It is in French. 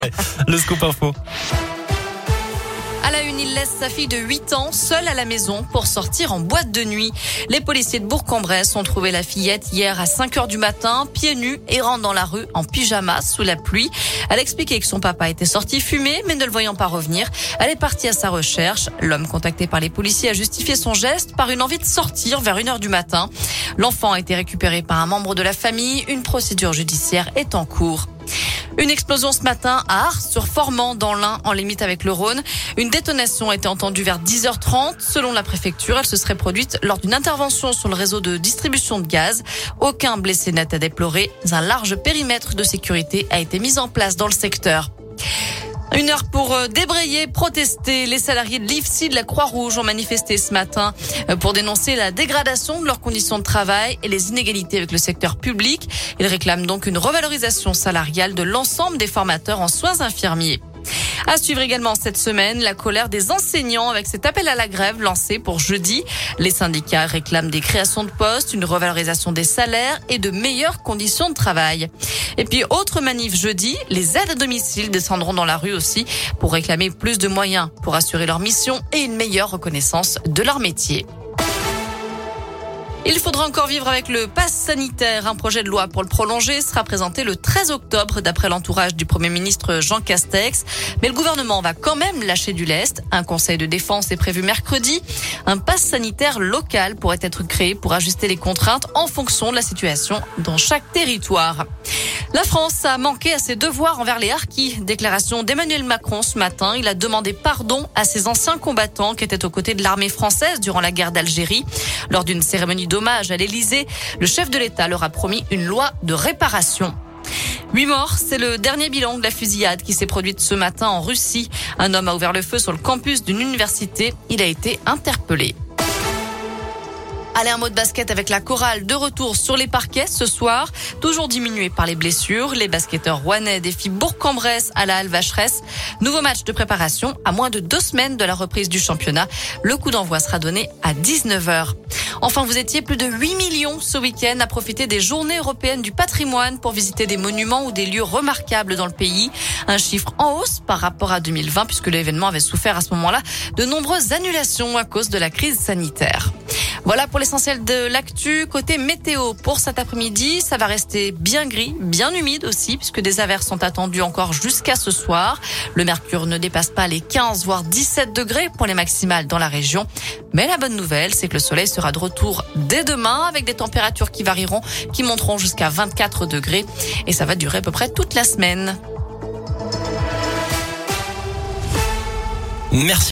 Le scoop info. À la une, il laisse sa fille de 8 ans seule à la maison pour sortir en boîte de nuit. Les policiers de Bourg-en-Bresse ont trouvé la fillette hier à 5h du matin, pieds nus, errant dans la rue en pyjama sous la pluie. Elle expliquait que son papa était sorti fumer, mais ne le voyant pas revenir, elle est partie à sa recherche. L'homme contacté par les policiers a justifié son geste par une envie de sortir vers 1h du matin. L'enfant a été récupéré par un membre de la famille. Une procédure judiciaire est en cours. Une explosion ce matin à Ars-sur-Formand dans l'Ain, en limite avec le Rhône. Une détonation a été entendue vers 10h30. Selon la préfecture, elle se serait produite lors d'une intervention sur le réseau de distribution de gaz. Aucun blessé net à déplorer. Un large périmètre de sécurité a été mis en place dans le secteur. 1 heure pour débrayer, protester. Les salariés de l'IFSI de la Croix-Rouge ont manifesté ce matin pour dénoncer la dégradation de leurs conditions de travail et les inégalités avec le secteur public. Ils réclament donc une revalorisation salariale de l'ensemble des formateurs en soins infirmiers. À suivre également cette semaine, la colère des enseignants avec cet appel à la grève lancé pour jeudi. Les syndicats réclament des créations de postes, une revalorisation des salaires et de meilleures conditions de travail. Et puis, autre manif jeudi, les aides à domicile descendront dans la rue aussi pour réclamer plus de moyens pour assurer leur mission et une meilleure reconnaissance de leur métier. Il faudra encore vivre avec le pass sanitaire. Un projet de loi pour le prolonger sera présenté le 13 octobre d'après l'entourage du Premier ministre Jean Castex. Mais le gouvernement va quand même lâcher du lest. Un conseil de défense est prévu mercredi. Un pass sanitaire local pourrait être créé pour ajuster les contraintes en fonction de la situation dans chaque territoire. La France a manqué à ses devoirs envers les harkis. Déclaration d'Emmanuel Macron ce matin. Il a demandé pardon à ses anciens combattants qui étaient aux côtés de l'armée française durant la guerre d'Algérie. Lors d'une cérémonie d'hommage à l'Élysée, le chef de l'État leur a promis une loi de réparation. 8 morts, c'est le dernier bilan de la fusillade qui s'est produite ce matin en Russie. Un homme a ouvert le feu sur le campus d'une université. Il a été interpellé. Allez, un mot de basket avec la chorale de retour sur les parquets ce soir. Toujours diminué par les blessures, les basketteurs rouennais défient Bourg-en-Bresse à la Halle Vacheresse. Nouveau match de préparation à moins de 2 semaines de la reprise du championnat. Le coup d'envoi sera donné à 19h. Enfin, vous étiez plus de 8 millions ce week-end à profiter des journées européennes du patrimoine pour visiter des monuments ou des lieux remarquables dans le pays. Un chiffre en hausse par rapport à 2020 puisque l'événement avait souffert à ce moment-là de nombreuses annulations à cause de la crise sanitaire. Voilà pour l'essentiel de l'actu. Côté météo, pour cet après-midi, ça va rester bien gris, bien humide aussi, puisque des averses sont attendues encore jusqu'à ce soir. Le mercure ne dépasse pas les 15 voire 17 degrés pour les maximales dans la région. Mais la bonne nouvelle, c'est que le soleil sera de retour dès demain avec des températures qui varieront, qui monteront jusqu'à 24 degrés. Et ça va durer à peu près toute la semaine. Merci.